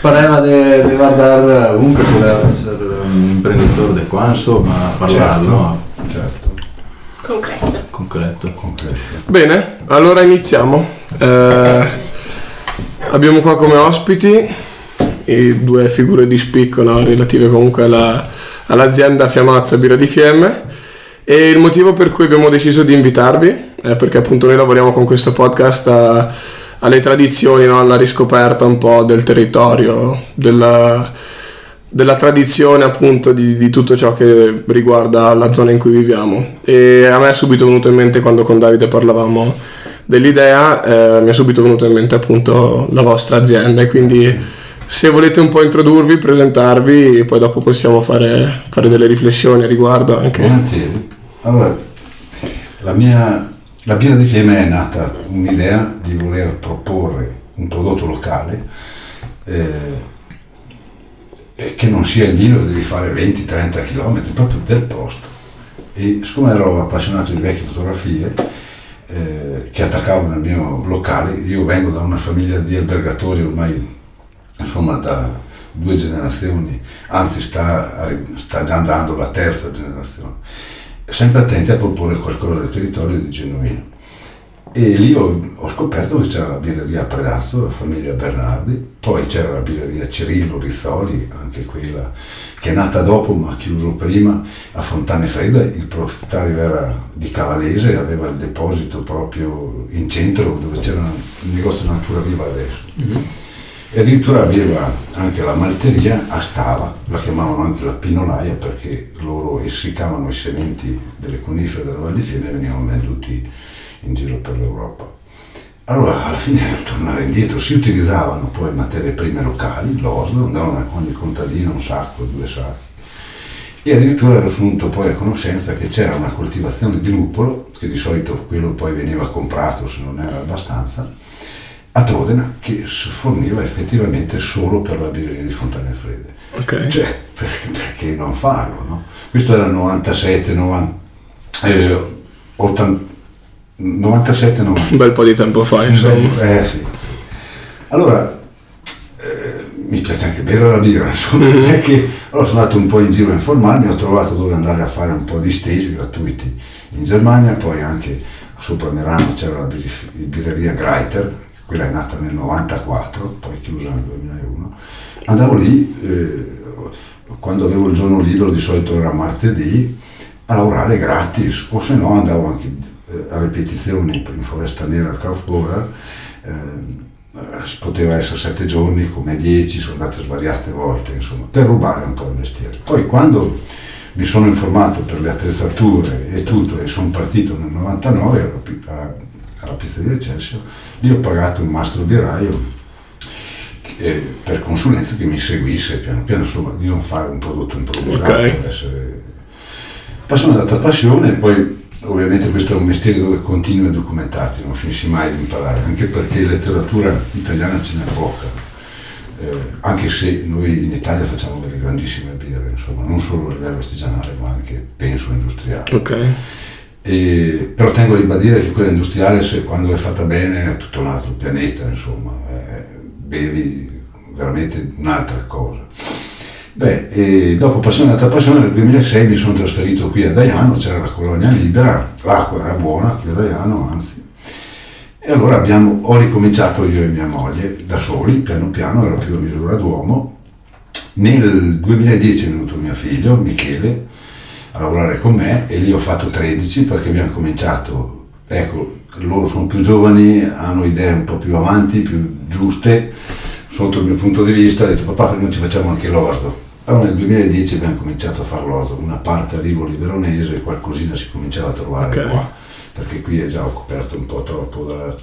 pareva di guardare comunque poteva essere un imprenditore di qua, insomma, parlarlo. Certo. Concreto. Bene, allora iniziamo. Abbiamo qua come ospiti i due figure di spicco, no, relative comunque all'azienda Fiamazza Birra di Fiemme, e il motivo per cui abbiamo deciso di invitarvi è perché appunto noi lavoriamo con questo podcast alle tradizioni, no, alla riscoperta un po' del territorio, della tradizione appunto di tutto ciò che riguarda la zona in cui viviamo. E a me è subito venuto in mente, quando con Davide parlavamo dell'idea, mi è subito venuto in mente appunto la vostra azienda, e quindi se volete un po' introdurvi, presentarvi, e poi dopo possiamo fare delle riflessioni a riguardo anche. Volentieri. Allora, la Birra di Fiemme è nata un'idea di voler proporre un prodotto locale che non sia il vino che devi fare 20-30 km, proprio del posto. E siccome ero appassionato di vecchie fotografie che attaccavo nel mio locale, io vengo da una famiglia di albergatori ormai, insomma, da 2 generazioni, anzi sta già andando la 3ª generazione, sempre attenti a proporre qualcosa del territorio di genuino. E lì ho scoperto che c'era la birreria Predazzo, la famiglia Bernardi, poi c'era la birreria Cirillo Rizzoli, anche quella che è nata dopo ma chiuso prima, a Fontane Fredda. Il proprietario era di Cavalese e aveva il deposito proprio in centro, dove c'era il negozio Natura Viva adesso. Mm-hmm. E addirittura aveva anche la malteria a Stava, la chiamavano anche la Pinolaia, perché loro essiccavano i sementi delle conifere della Val di Fiemme e venivano venduti in giro per l'Europa. Allora alla fine, tornare indietro, si utilizzavano poi materie prime locali, l'orzo, andavano a ogni contadino un sacco, 2 sacchi, e addirittura ero venuto poi a conoscenza che c'era una coltivazione di luppolo, che di solito quello poi veniva comprato se non era abbastanza, a Trodena, che si forniva effettivamente solo per la birreria di Fontane Fredde. Okay. Cioè, perché non farlo, no? Questo era 97, 90, un bel po' di tempo fa, insomma. Sì. Allora, mi piace anche bere la birra, insomma. È che allora sono andato un po' in giro a informarmi, ho trovato dove andare a fare un po' di stage gratuiti in Germania, poi anche sopra Merano c'era la birreria Greiter, quella è nata nel 94, poi chiusa nel 2001. Andavo lì, quando avevo il giorno libero, di solito era martedì, a lavorare gratis, o se no andavo anche a ripetizioni in Foresta Nera a Kaufbeurer, poteva essere 7 giorni come 10, sono andate svariate volte, insomma, per rubare un po' il mestiere. Poi quando mi sono informato per le attrezzature e tutto, e sono partito nel 99 alla pizzeria Excelsior, lì ho pagato un mastro birraio per consulenza che mi seguisse piano piano, insomma, di non fare un prodotto improvvisato. Okay. Poi sono andato a passione, e poi ovviamente questo è un mestiere dove continui a documentarti, non finisci mai di imparare, anche perché letteratura italiana ce n'è poca, anche se noi in Italia facciamo delle grandissime birre, insomma, non solo a livello artigianale ma anche, penso, industriale. Okay. Però tengo a ribadire che quella industriale, se quando è fatta bene, è tutto un altro pianeta, insomma, bevi veramente un'altra cosa. E dopo passione nel 2006 mi sono trasferito qui a Daiano, c'era la colonia libera, l'acqua era buona qui a Daiano, anzi, e allora ho ricominciato io e mia moglie da soli, piano piano, ero più a misura d'uomo. Nel 2010 è venuto mio figlio Michele a lavorare con me, e lì ho fatto 13, perché abbiamo cominciato, ecco, loro sono più giovani, hanno idee un po' più avanti, più giuste sotto il mio punto di vista. Ho detto: papà, perché non ci facciamo anche l'orzo? Allora nel 2010 abbiamo cominciato a fare l'orzo, una parte a Rivoli Veronese, qualcosina si cominciava a trovare, okay, qua, perché qui è già coperto un po' troppo,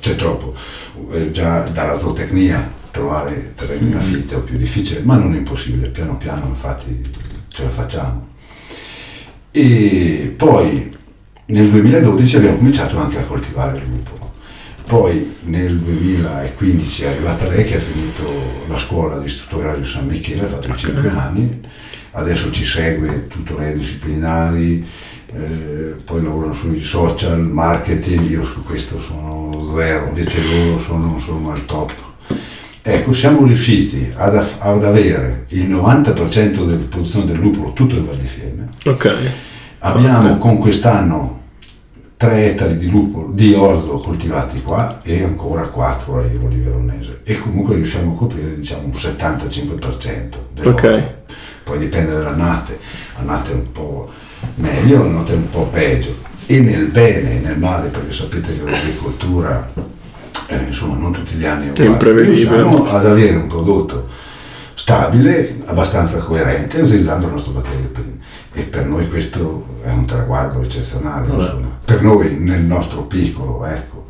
già dalla zootecnia trovare terreni in affitta è più difficile, ma non è impossibile, piano piano infatti ce la facciamo. E poi nel 2012 abbiamo cominciato anche a coltivare il lupo. Poi nel 2015 è arrivata lei, che ha finito la scuola di istruttorario San Michele, ha fatto 5 anni, adesso ci segue tutorie disciplinari, poi lavorano sui social, marketing, io su questo sono zero, invece loro sono insomma al top. Ecco, siamo riusciti ad avere il 90% della produzione del lupolo tutto in Val di Fiemme. Ok. Abbiamo con quest'anno 3 ettari di orzo coltivati qua e ancora 4 a Rivoli Veronese, e comunque riusciamo a coprire, diciamo, un 75% dell'orzo. Ok. Poi dipende dall'annate, annate un po' meglio, annate un po' peggio, e nel bene e nel male, perché sapete che l'agricoltura insomma non tutti gli anni è imprevedibile. Riusciamo ad avere un prodotto stabile, abbastanza coerente, utilizzando le nostre materie prime, e per noi questo è un traguardo eccezionale, insomma, per noi nel nostro piccolo, ecco.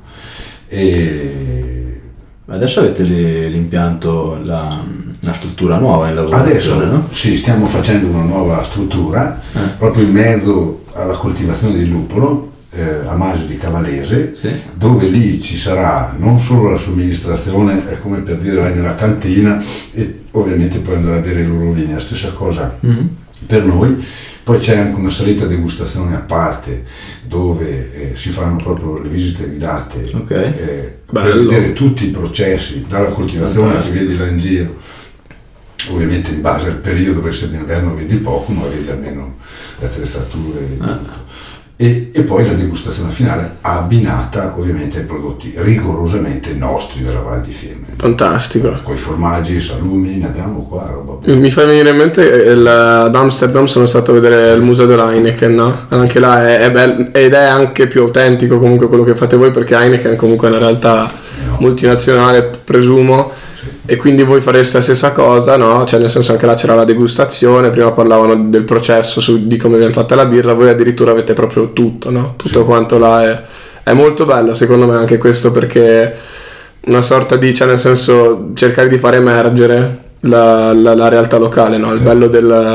E adesso avete l'impianto, la struttura nuova in adesso lavorazione, no? sì, stiamo facendo una nuova struttura proprio in mezzo alla coltivazione del lupolo, a Maggio di Cavallese, Sì. dove lì ci sarà non solo la somministrazione, è come per dire vai nella cantina e ovviamente puoi andare a bere i loro vini, la stessa cosa per noi. Poi c'è anche una salita degustazione a parte dove si faranno proprio le visite guidate, per vedere tutti i processi, dalla coltivazione che vedi là in giro, ovviamente in base al periodo, perché se d'inverno vedi poco, ma vedi almeno le attrezzature. E poi la degustazione finale abbinata ovviamente ai prodotti rigorosamente nostri della Val di Fiemme. Fantastico. Con i formaggi, salumi, ne abbiamo qua, roba buona. Mi fa venire in mente ad Amsterdam sono stato a vedere il museo dell'Heineken, no? Anche là è bello, ed è anche più autentico comunque quello che fate voi, perché Heineken comunque è una realtà multinazionale, presumo. E quindi voi fareste la stessa cosa, no? Cioè nel senso, anche là c'era la degustazione, prima parlavano del processo, di come viene fatta la birra, voi addirittura avete proprio tutto, no? Tutto quanto là è molto bello secondo me anche questo, perché una sorta di, cioè nel senso, cercare di far emergere la realtà locale, no? Il bello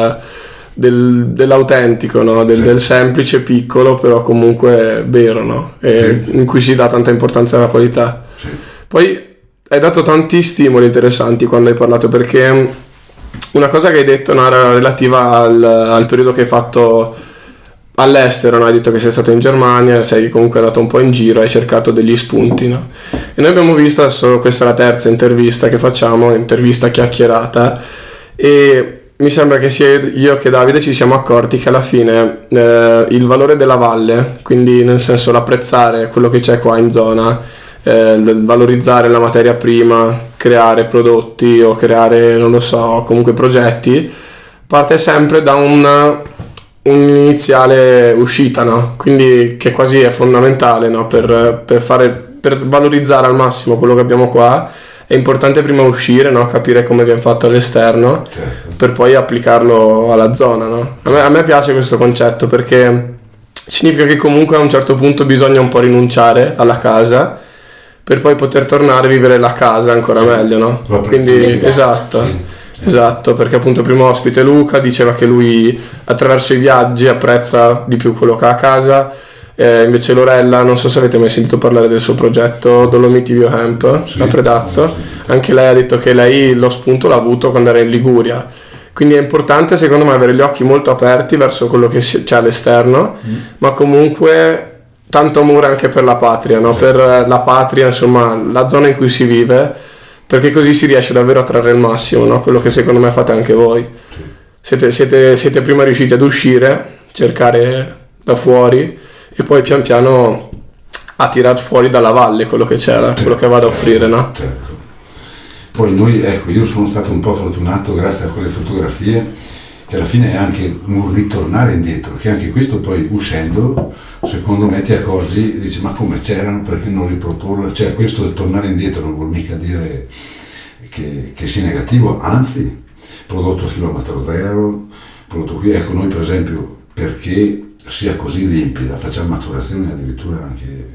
dell'autentico, no? Del semplice, piccolo, però comunque vero, no? E in cui si dà tanta importanza alla qualità. Poi hai dato tanti stimoli interessanti quando hai parlato, perché una cosa che hai detto, no, era relativa al periodo che hai fatto all'estero, no? Hai detto che sei stato in Germania, sei comunque andato un po' in giro, hai cercato degli spunti, no? E noi abbiamo visto, adesso questa è la terza intervista che facciamo, intervista chiacchierata, e mi sembra che sia io che Davide ci siamo accorti che alla fine il valore della valle, quindi nel senso l'apprezzare quello che c'è qua in zona, valorizzare la materia prima, creare prodotti o creare, non lo so, comunque progetti, parte sempre da un'iniziale uscita, no? Quindi che quasi è fondamentale, no? Per valorizzare al massimo quello che abbiamo qua è importante prima uscire, no? Capire come viene fatto all'esterno, per poi applicarlo alla zona, no? A me piace questo concetto, perché significa che comunque a un certo punto bisogna un po' rinunciare alla casa per poi poter tornare a vivere la casa ancora meglio, no? Quindi esatto, perché appunto il primo ospite Luca diceva che lui attraverso i viaggi apprezza di più quello che ha a casa, invece Lorella, non so se avete mai sentito parlare del suo progetto Dolomiti Biohemp da Predazzo, anche lei ha detto che lei lo spunto l'ha avuto quando era in Liguria. Quindi è importante secondo me avere gli occhi molto aperti verso quello che c'è all'esterno, ma comunque tanto amore anche per la patria, no? Per la patria, insomma, la zona in cui si vive, perché così si riesce davvero a trarre il massimo, no? Quello che secondo me fate anche voi. Siete prima riusciti ad uscire, cercare da fuori, e poi pian piano a tirar fuori dalla valle quello che c'era, quello che aveva da offrire, no? Certo. Poi noi, ecco, io sono stato un po' fortunato grazie a quelle fotografie, che alla fine è anche un ritornare indietro, che anche questo poi uscendo, secondo me ti accorgi, dici ma come c'erano, perché non riproporlo? Cioè questo tornare indietro non vuol mica dire che sia negativo, anzi, prodotto a chilometro zero, prodotto qui, ecco noi per esempio, perché sia così limpida, facciamo maturazione addirittura anche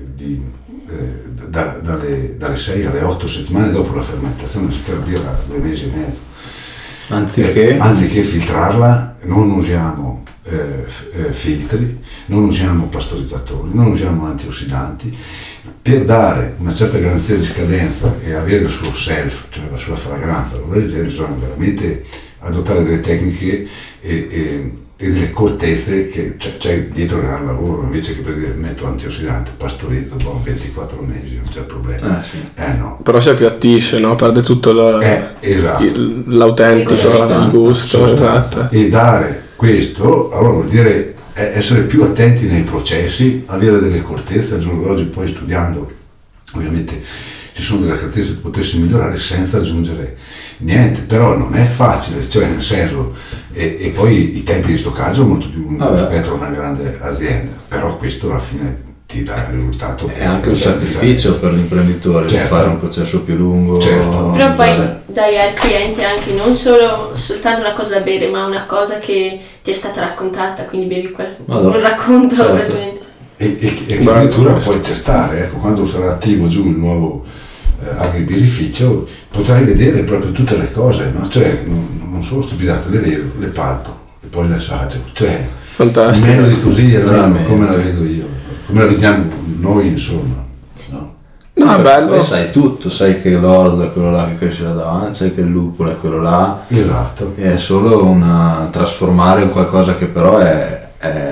dalle 6 alle 8 settimane dopo la fermentazione, si chiama birra 2 mesi e mezzo. Anziché filtrarla, non usiamo filtri, non usiamo pastorizzatori, non usiamo antiossidanti, per dare una certa garanzia di scadenza e avere il suo self, cioè la sua fragranza, bisogna veramente adottare delle tecniche e e delle cortezze che c'è dietro il gran lavoro, invece che per dire metto antiossidante, pastorizzo, 24 mesi, non c'è problema. Sì. No. Però si appiattisce, no? Perde tutto Esatto. l'autentico, il gusto, esatto. E dare questo, allora vuol dire essere più attenti nei processi, avere delle cortezze. Al giorno d'oggi, poi studiando, ovviamente ci sono delle cortezze che potessi migliorare senza aggiungere niente, però non è facile, cioè nel senso, e poi i tempi di stoccaggio sono molto più lunghi rispetto a una grande azienda, però questo alla fine ti dà il risultato. È anche un sacrificio per l'imprenditore, certo, fare un processo più lungo. Certo. Però poi dai al cliente anche non soltanto una cosa da bere, ma una cosa che ti è stata raccontata, quindi bevi un racconto, certo, praticamente. E che addirittura puoi testare, ecco, quando sarà attivo giù il nuovo agribirrificio, potrai vedere proprio tutte le cose, no? Cioè non solo stupidate, le vedo, le palpo e poi le assaggio, cioè fantastico. Meno di così, almeno come la vedo io, come la vediamo noi, insomma. No, è bello. Poi sai tutto, sai che l'orzo è quello là che cresce là davanti, sai che il lupolo è quello là. Esatto. È solo trasformare in qualcosa che però è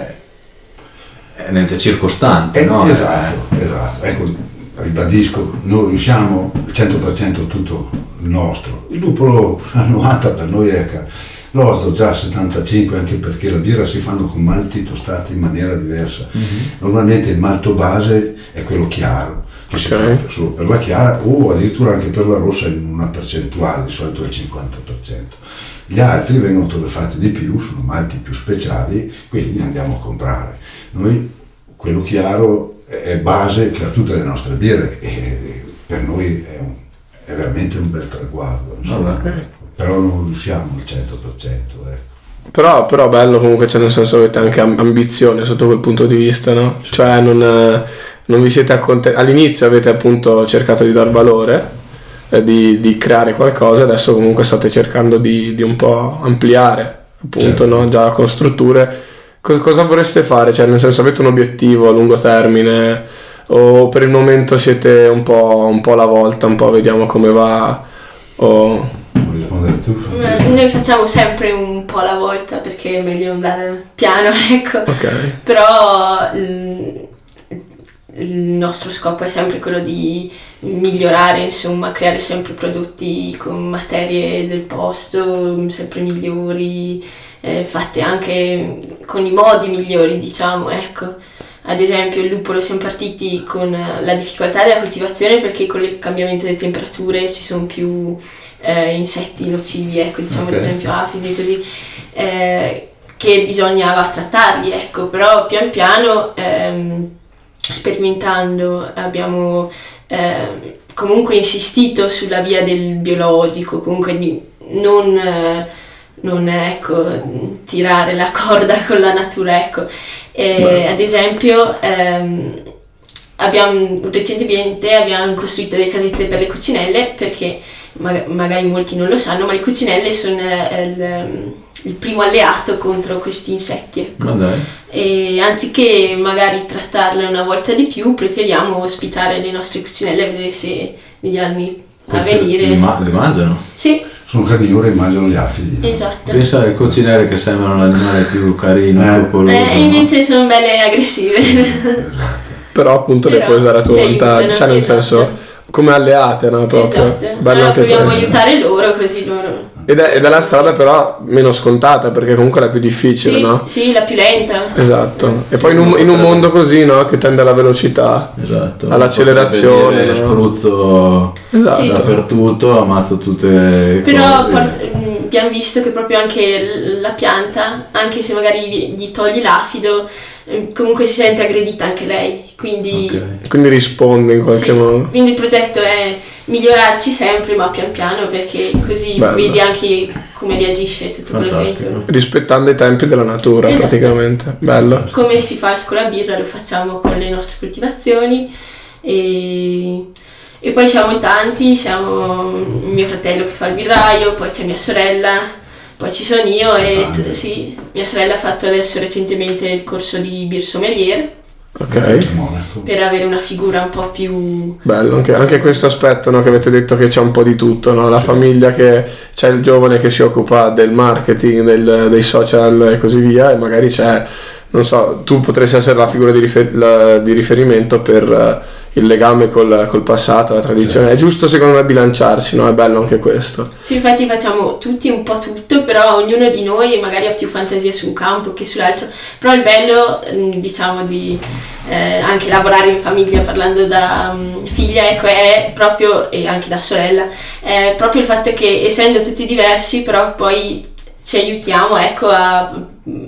nelle circostanti, no? Esatto. Ecco, ribadisco, noi riusciamo il 100% tutto nostro. Il lupolo al 90% per noi è l'orzo già al 75%, anche perché la birra si fanno con malti tostati in maniera diversa. Normalmente il malto base è quello chiaro, che si fa solo per la chiara o addirittura anche per la rossa in una percentuale, di solito il 50%. Gli altri vengono torrefatti di più, sono malti più speciali, quindi li andiamo a comprare. Noi quello chiaro è base per tutte le nostre birre e per noi è veramente un bel traguardo, però non riusciamo al 100%. Però bello comunque, cioè nel senso avete anche ambizione sotto quel punto di vista, no? Cioè non vi siete all'inizio avete appunto cercato di dar valore, di creare qualcosa, adesso comunque state cercando di un po' ampliare appunto, certo, no? Già con strutture. Cosa vorreste fare? Cioè nel senso, avete un obiettivo a lungo termine o per il momento siete un po' alla volta, un po' vediamo come va? Vuoi rispondere tu? Noi facciamo sempre un po' alla volta perché è meglio andare piano, ecco. Okay. Però il nostro scopo è sempre quello di migliorare, insomma, creare sempre prodotti con materie del posto sempre migliori, fatte anche con i modi migliori, diciamo, ecco. Ad esempio il lupolo siamo partiti con la difficoltà della coltivazione perché con il cambiamento delle temperature ci sono più insetti nocivi, ecco, diciamo, ad esempio afidi, così, che bisognava trattarli, ecco. Però pian piano sperimentando abbiamo comunque insistito sulla via del biologico, comunque di non ecco, tirare la corda con la natura, ecco. Ad esempio recentemente abbiamo costruito delle casette per le coccinelle perché magari molti non lo sanno, ma le coccinelle sono il primo alleato contro questi insetti, ecco. E anziché magari trattarle una volta di più, preferiamo ospitare le nostre coccinelle e vedere se negli anni a venire li mangiano. Sì. Sono carnivore e mangiano gli affidi. Esatto. Pensa alle coccinelle che sembrano l'animale più carino, coccoloso. Invece sono belle aggressive. Esatto. Però appunto le puoi usare a tuo vantaggio, cioè nel senso come alleate, no? Proprio. Esatto. Bello anche proviamo a questo. aiutare loro, così loro. Ed è la strada però meno scontata perché comunque è la più difficile, sì, no? Sì, la più lenta. Esatto. E poi in un mondo così, no? Che tende alla velocità, esatto, all'accelerazione, no? Spruzzo dappertutto, ammazzo tutte le però cose. Abbiamo visto che proprio anche la pianta, anche se magari gli togli l'afido, comunque si sente aggredita anche lei, quindi risponde in qualche modo. Quindi il progetto è migliorarci sempre, ma pian piano, perché così vedi anche come reagisce tutto quello che è intorno. Rispettando i tempi della natura, esatto, praticamente. Bello. Come si fa con la birra lo facciamo con le nostre coltivazioni e poi siamo in tanti, siamo mio fratello che fa il birraio, poi c'è mia sorella, poi ci sono io e mia sorella ha fatto adesso recentemente il corso di Beer Sommelier Ok. Monaco. per avere una figura un po' più... Bello, anche questo aspetto, no, che avete detto che c'è un po' di tutto, no? La famiglia, che c'è il giovane che si occupa del marketing, dei social e così via, e magari c'è, non so, tu potresti essere la figura di riferimento per il legame col passato, la tradizione. È giusto secondo me bilanciarsi, no? È bello anche questo. Sì, infatti facciamo tutti un po' tutto, però ognuno di noi magari ha più fantasia su un campo che sull'altro, però il bello, diciamo, di anche lavorare in famiglia, parlando da figlia, ecco, è proprio, e anche da sorella, è proprio il fatto che essendo tutti diversi, però poi ci aiutiamo, ecco, a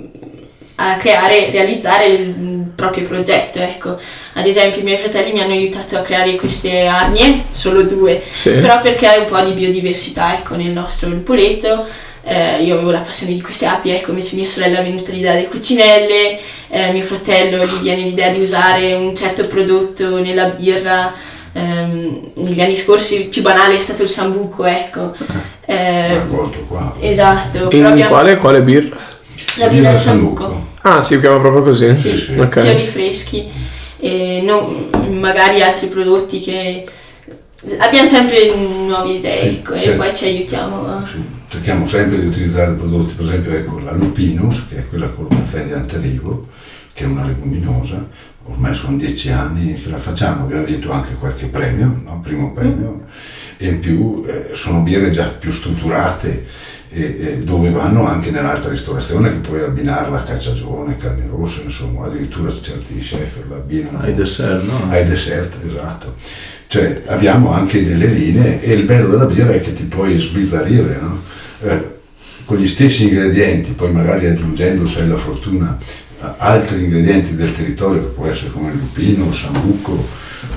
realizzare il proprio progetto, ecco. Ad esempio i miei fratelli mi hanno aiutato a creare queste arnie, solo 2, Sì. però per creare un po' di biodiversità, ecco, nel nostro lupoletto. Io avevo la passione di queste api, ecco, invece mia sorella è venuta l'idea delle cucinelle, mio fratello gli viene l'idea di usare un certo prodotto nella birra. Negli anni scorsi più banale è stato il sambuco, ecco. Raccolto qua. Esatto, però In abbiamo quale birra? la birra al sambuco. Ah, si chiama proprio così? Sì, sì. Ok. fiori freschi e magari altri prodotti che abbiamo sempre nuove idee, Sì, ecco, e certo. poi ci aiutiamo a... Sì, cerchiamo sempre di utilizzare prodotti, per esempio ecco la Lupinus, che è quella col caffè di Anterivo, che è una leguminosa, ormai sono 10 anni che la facciamo, abbiamo vinto anche qualche premio, no? Primo premio, e in più sono birre già più strutturate, e dove vanno anche nell'alta ristorazione, che puoi abbinarla a cacciagione, carne rossa, insomma, addirittura certi chef la abbinano Ai dessert, no? ai dessert, esatto. Cioè abbiamo anche delle linee, e il bello della birra è che ti puoi sbizzarrire, no? Con gli stessi ingredienti, poi magari aggiungendo, se hai la fortuna, altri ingredienti del territorio, che può essere come il lupino, il sambuco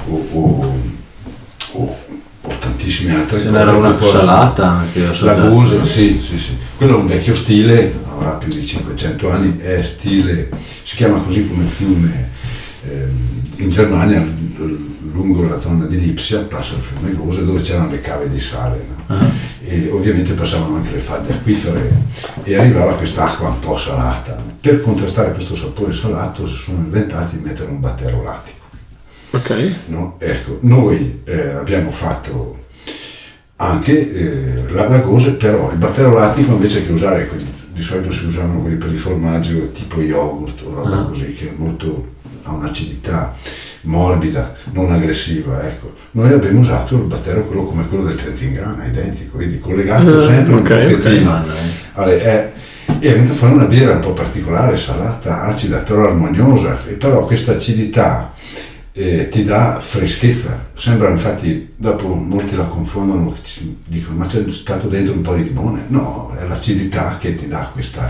o tantissime altre Ce cose. n'era una che possono- salata anche la assaggiata. Gose, sì. Quello è un vecchio stile, avrà più di 500 anni, è stile, si chiama così come il fiume in Germania, lungo la zona di Lipsia, passa il fiume Gose, dove c'erano le cave di sale, no? E ovviamente passavano anche le falde acquifere e arrivava quest'acqua un po' salata. Per contrastare questo sapore salato si sono inventati di mettere un battero lattico. Ok. No? Ecco, noi abbiamo fatto anche la Gose, però il battero lattico, invece che usare quelli, di solito si usavano quelli per il formaggio tipo yogurt o roba così, che è molto, ha un'acidità morbida, non aggressiva, ecco. Noi abbiamo usato il battero, quello come quello del Trentingrana, identico, quindi collegato sempre un pochettino. E è venuta fuori una birra un po' particolare, salata, acida, però armoniosa, e però questa acidità ti dà freschezza. Sembra, infatti, dopo molti la confondono, dicono ma c'è stato dentro un po' di limone. No, è l'acidità che ti dà questa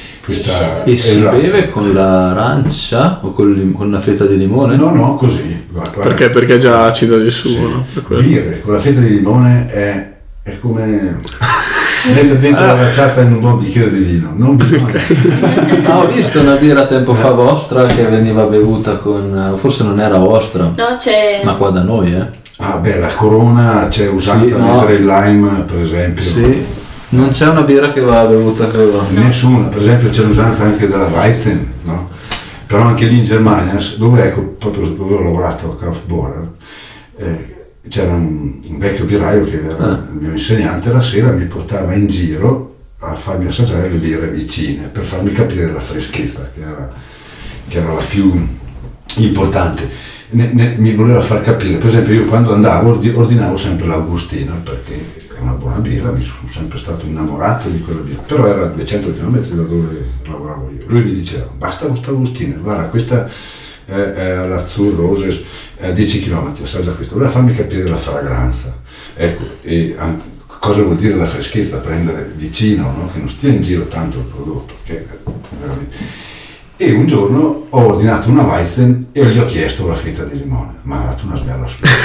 E si beve con l'arancia o con una fetta di limone? No, così. Guarda. Perché è già acido di suo, Sì. no? Per quello. Birre con la fetta di limone è come mettere dentro la bracciata in un buon bicchiere di vino, non bisogna. Ah, ho visto una birra tempo fa vostra che veniva bevuta con... forse non era vostra, No, c'è... ma qua da noi, Ah beh, la Corona c'è usanza Sì, a no. mettere il lime, per esempio. Sì, non c'è una birra che va bevuta con... Nessuna, per esempio c'è l'usanza anche della Weizen, no? Però anche lì in Germania, dove proprio dove ho lavorato a Kaufbeurer, c'era un vecchio birraio che era il mio insegnante, la sera mi portava in giro a farmi assaggiare le birre vicine per farmi capire la freschezza che era la più importante. Mi voleva far capire, per esempio io quando andavo ordinavo sempre l'Augustiner perché è una buona birra, mi sono sempre stato innamorato di quella birra, però era a 200 km da dove lavoravo io. Lui mi diceva basta questo Augustiner, guarda questa è all'Azzurro Roses, a 10 km, assaggia questo, voleva farmi capire la fragranza, ecco, e cosa vuol dire la freschezza, prendere vicino, no? Che non stia in giro tanto il prodotto, che veramente. E un giorno ho ordinato una Weizen e gli ho chiesto la fetta di limone, ma ha dato una sbella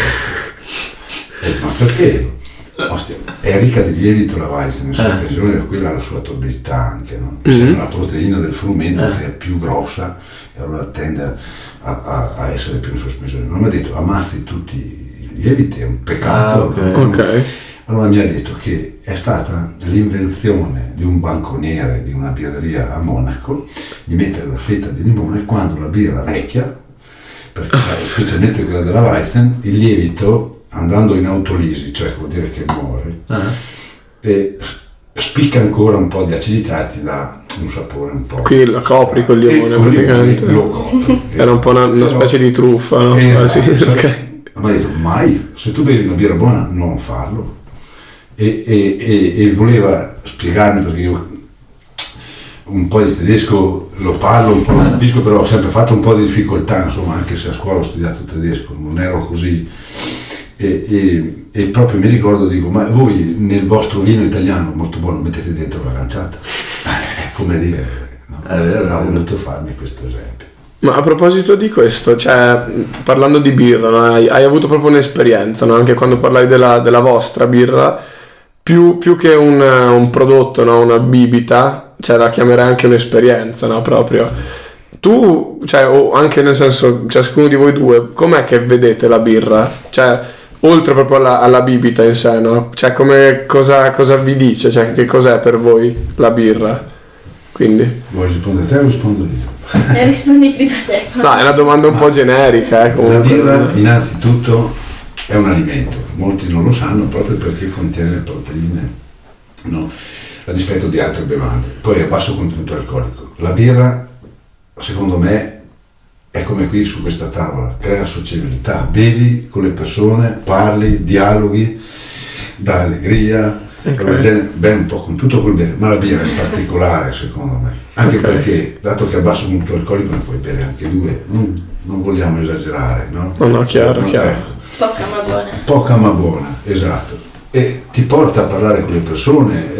ma perché? Ostia, è ricca di lievito la Weizen in sospensione, quella ha la sua torbidità anche, no? C'è una proteina del frumento che è più grossa e allora tende a essere più in sospensione. Ma mi ha detto ammazzi tutti i lieviti, è un peccato. Ok. Allora mi ha detto che è stata l'invenzione di un banconiere di una birreria a Monaco di mettere la fetta di limone quando la birra vecchia perché specialmente quella della Weizen, il lievito andando in autolisi, cioè vuol dire che muore, e spicca ancora un po' di acidità e ti dà un sapore un po'. Quindi la copri con il limone praticamente. Lo copri. Era un po' una specie di truffa, no? Esatto, Ok. mi ha detto mai, se tu bevi una birra buona non farlo, e voleva spiegarmi, perché io un po' di tedesco lo parlo, un po' lo capisco, però ho sempre fatto un po' di difficoltà, insomma, anche se a scuola ho studiato tedesco, non ero così, e proprio mi ricordo, dico, ma voi nel vostro vino italiano molto buono mettete dentro l'aranciata? Come dire, no? Ho voluto farmi questo esempio. Ma a proposito di questo, cioè, parlando di birra, no? Hai avuto proprio un'esperienza, no? Anche quando parlavi della vostra birra, più che un prodotto, no? Una bibita, cioè la chiamerei anche un'esperienza, no? Proprio. Tu, cioè, o anche nel senso, ciascuno di voi due, com'è che vedete la birra? Cioè, oltre proprio alla bibita in sé, no? Cioè, cosa vi dice? Cioè, che cos'è per voi la birra? Quindi... Vuoi rispondere te o rispondo io? Rispondi prima te. No, è una domanda un po' generica, comunque. La birra innanzitutto è un alimento, molti non lo sanno proprio perché contiene proteine, no? A dispetto di altre bevande, poi a basso contenuto alcolico. La birra, secondo me, è come qui su questa tavola, crea sociabilità, bevi con le persone, parli, dialoghi, dà allegria, bene un po' con tutto quel bene, ma la birra in particolare secondo me, anche perché dato che a basso contenuto alcolico ne puoi bere anche due, non vogliamo esagerare, no? No, chiaro. Poca ma buona. Poca ma buona, esatto, e ti porta a parlare con le persone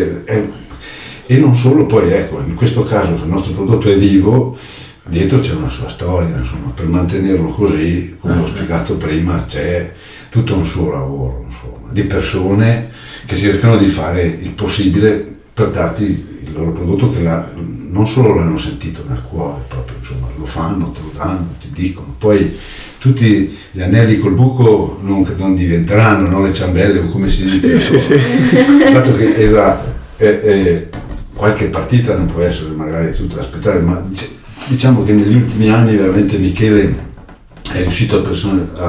e non solo, poi ecco, in questo caso che il nostro prodotto è vivo, dietro c'è una sua storia, insomma, per mantenerlo così, come ho spiegato prima, c'è tutto un suo lavoro, insomma, di persone che cercano di fare il possibile per darti il loro prodotto, che non solo l'hanno sentito nel cuore, proprio, insomma, lo fanno, te lo danno, ti dicono. Poi tutti gli anelli col buco non diventeranno, no? Le ciambelle, o come si dice. Sì. Dato che, esatto, qualche partita non può essere magari tutta da aspettare, ma diciamo che negli ultimi anni veramente Michele è riuscito a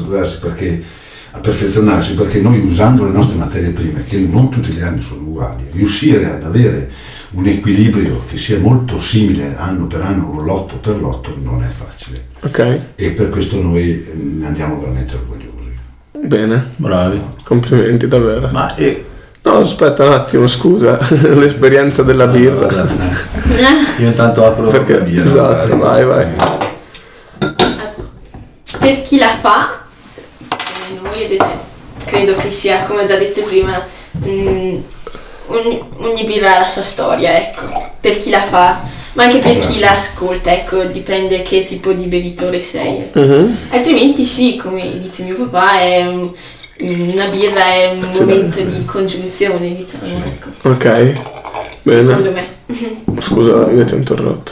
perfezionarsi, perché noi, usando le nostre materie prime, che non tutti gli anni sono uguali, riuscire ad avere un equilibrio che sia molto simile anno per anno o lotto per lotto non è facile. Ok. E per questo noi ne andiamo veramente orgogliosi. Bene. Bravi. Complimenti davvero. Ma No, aspetta un attimo, scusa, l'esperienza della birra. Io intanto apro Perché, la birra. esatto, magari. vai. Per chi la fa, come noi, ed credo che sia, come ho già detto prima, ogni birra ha la sua storia, ecco, per chi la fa, ma anche per chi la ascolta, ecco, dipende che tipo di bevitore sei. Ecco. Altrimenti sì, come dice mio papà, una birra è un momento di congiunzione, diciamo, ecco. Ok, bene. Secondo me. Scusa, io ti ho interrotto.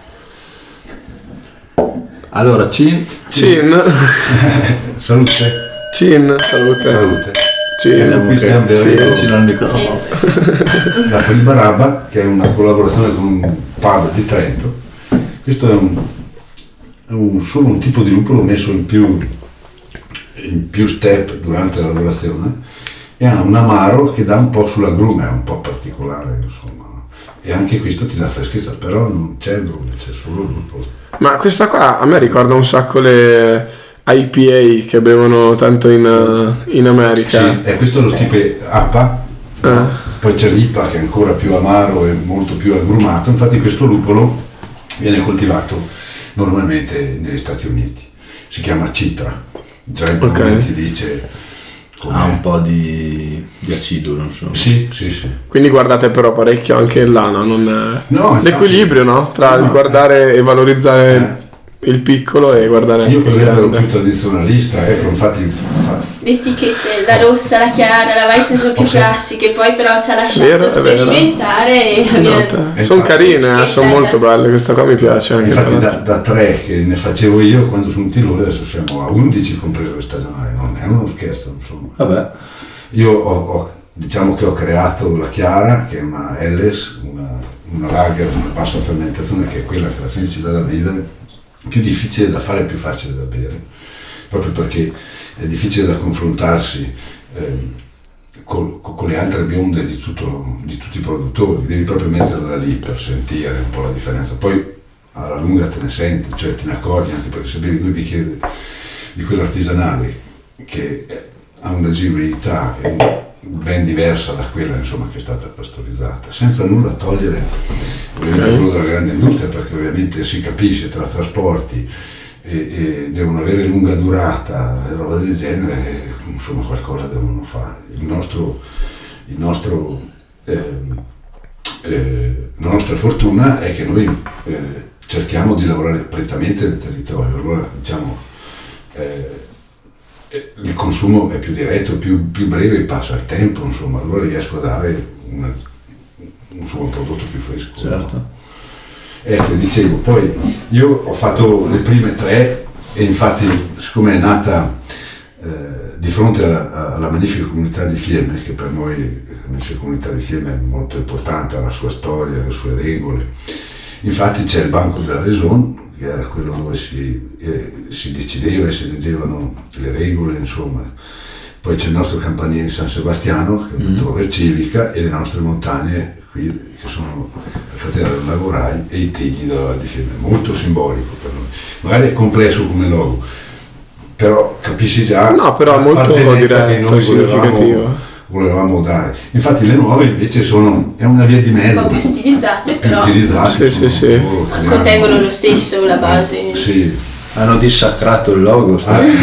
Allora, Cin. Salute. Salute. Vicino al microfono. La Fribarabba, che è una collaborazione con un pub di Trento. Questo è solo un tipo di lupolo messo in più step durante la lavorazione, e ha un amaro che dà un po' sull'agrume, è un po' particolare, insomma, e anche questo ti dà freschezza, però non c'è agrume, c'è solo lupolo. Ma questa qua a me ricorda un sacco le IPA che bevono tanto in America. Sì, questo è lo stipe APA, poi c'è l'IPA che è ancora più amaro e molto più agrumato. Infatti questo lupolo viene coltivato normalmente negli Stati Uniti, si chiama Citra, già il nome ti dice ha un po' di acido, non so. Sì. Quindi guardate però parecchio anche là, no? No, l'equilibrio, no? Tra il guardare e valorizzare il piccolo e guardare anche io per il esempio ero grande. più tradizionalista, ecco, infatti Le etichette, la rossa, la chiara, la Weizen sono più classiche, poi però ci ha lasciato sperimentare e sono carine, sono molto belle, questa qua mi piace anche. Infatti da 3 che ne facevo io quando sono in Tirolo, adesso siamo a 11 compreso le stagionali, non è uno scherzo, insomma. Vabbè. Io diciamo che ho creato la chiara, che è una Helles, una lager, una bassa fermentazione, che è quella che alla fine ci dà da vivere, più difficile da fare e più facile da bere, proprio perché è difficile da confrontarsi con le altre bionde di tutti i produttori, devi proprio metterla lì per sentire un po' la differenza, poi alla lunga te ne senti, cioè te ne accorgi, anche perché se bevi 2 bicchieri di quello artigianale che ha una agibilità ben diversa da quella, insomma, che è stata pastorizzata, senza nulla togliere quello della grande industria, perché ovviamente si capisce tra trasporti e devono avere lunga durata e roba del genere, insomma qualcosa devono fare. La nostra fortuna è che noi cerchiamo di lavorare prettamente nel territorio, allora diciamo il consumo è più diretto, più breve passa il tempo, insomma, allora riesco a dare un prodotto più fresco. Certo. No? Ecco, dicevo, poi io ho fatto le prime 3 e infatti siccome è nata di fronte alla magnifica comunità di Fiemme, che per noi la magnifica comunità di Fiemme è molto importante, ha la sua storia, le sue regole, infatti c'è il Banco della Raison, che era quello dove si decideva e si leggevano le regole, insomma. Poi c'è il nostro campanile di San Sebastiano, che è una torre civica, e le nostre montagne qui, che sono la catena del Lago Rai e i tigli della Val di Fiemme. Molto simbolico per noi. Magari è complesso come logo, però capisci già no, però molto diretto e significativo. Volevamo dare. Infatti le nuove invece è una via di mezzo. Un po' più stilizzate, però Sì. contengono lo stesso la base. Sì. Hanno dissacrato il logo.